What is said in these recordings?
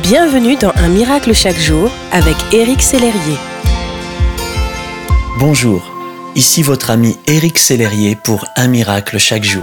Bienvenue dans Un miracle chaque jour avec Éric Sellerier. Bonjour, ici votre ami Éric Sellerier pour Un miracle chaque jour.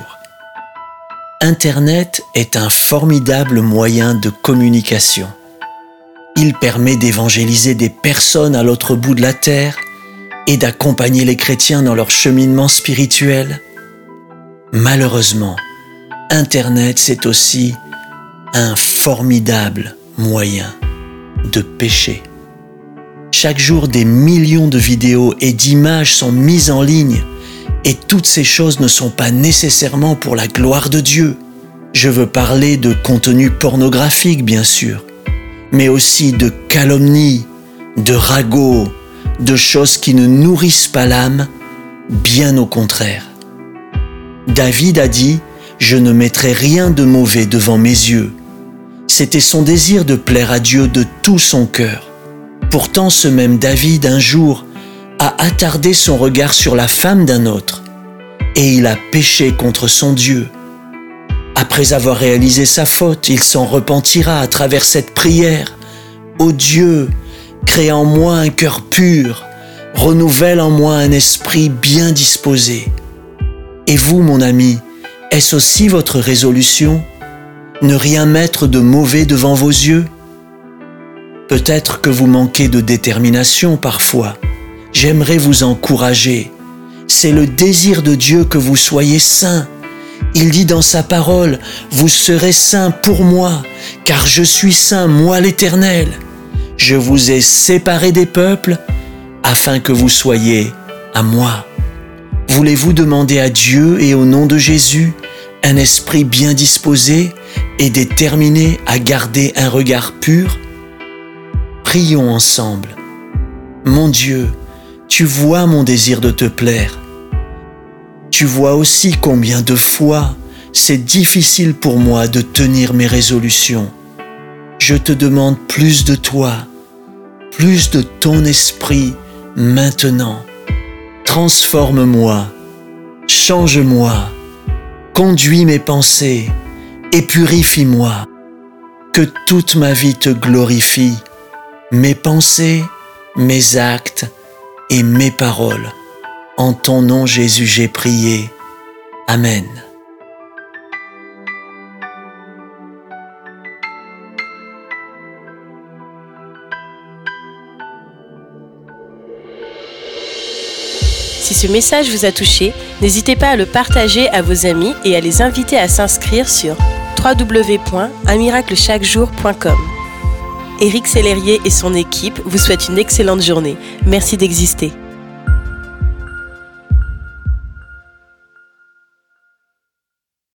Internet est un formidable moyen de communication. Il permet d'évangéliser des personnes à l'autre bout de la terre et d'accompagner les chrétiens dans leur cheminement spirituel. Malheureusement, Internet, c'est aussi un formidable moyen de péché. Chaque jour, des millions de vidéos et d'images sont mises en ligne et toutes ces choses ne sont pas nécessairement pour la gloire de Dieu. Je veux parler de contenu pornographique, bien sûr, mais aussi de calomnie, de ragots, de choses qui ne nourrissent pas l'âme, bien au contraire. David a dit « Je ne mettrai rien de mauvais devant mes yeux ». C'était son désir de plaire à Dieu de tout son cœur. Pourtant, ce même David, un jour, a attardé son regard sur la femme d'un autre et il a péché contre son Dieu. Après avoir réalisé sa faute, il s'en repentira à travers cette prière. « Ô Dieu, crée en moi un cœur pur, renouvelle en moi un esprit bien disposé. » Et vous, mon ami, est-ce aussi votre résolution ? Ne rien mettre de mauvais devant vos yeux ? Peut-être que vous manquez de détermination parfois. J'aimerais vous encourager. C'est le désir de Dieu que vous soyez saints. Il dit dans sa parole, « Vous serez saints pour moi, car je suis saint, moi l'Éternel. Je vous ai séparés des peuples, afin que vous soyez à moi. » Voulez-vous demander à Dieu et au nom de Jésus un esprit bien disposé et déterminé à garder un regard pur ? Prions ensemble. Mon Dieu, tu vois mon désir de te plaire. Tu vois aussi combien de fois c'est difficile pour moi de tenir mes résolutions. Je te demande plus de toi, plus de ton esprit maintenant. Transforme-moi, change-moi, conduis mes pensées et purifie-moi. Que toute ma vie te glorifie, mes pensées, mes actes et mes paroles. En ton nom, Jésus, j'ai prié. Amen. Si ce message vous a touché, n'hésitez pas à le partager à vos amis et à les inviter à s'inscrire sur www.unmiraclechaquejour.com. Éric Sellerier et son équipe vous souhaitent une excellente journée. Merci d'exister.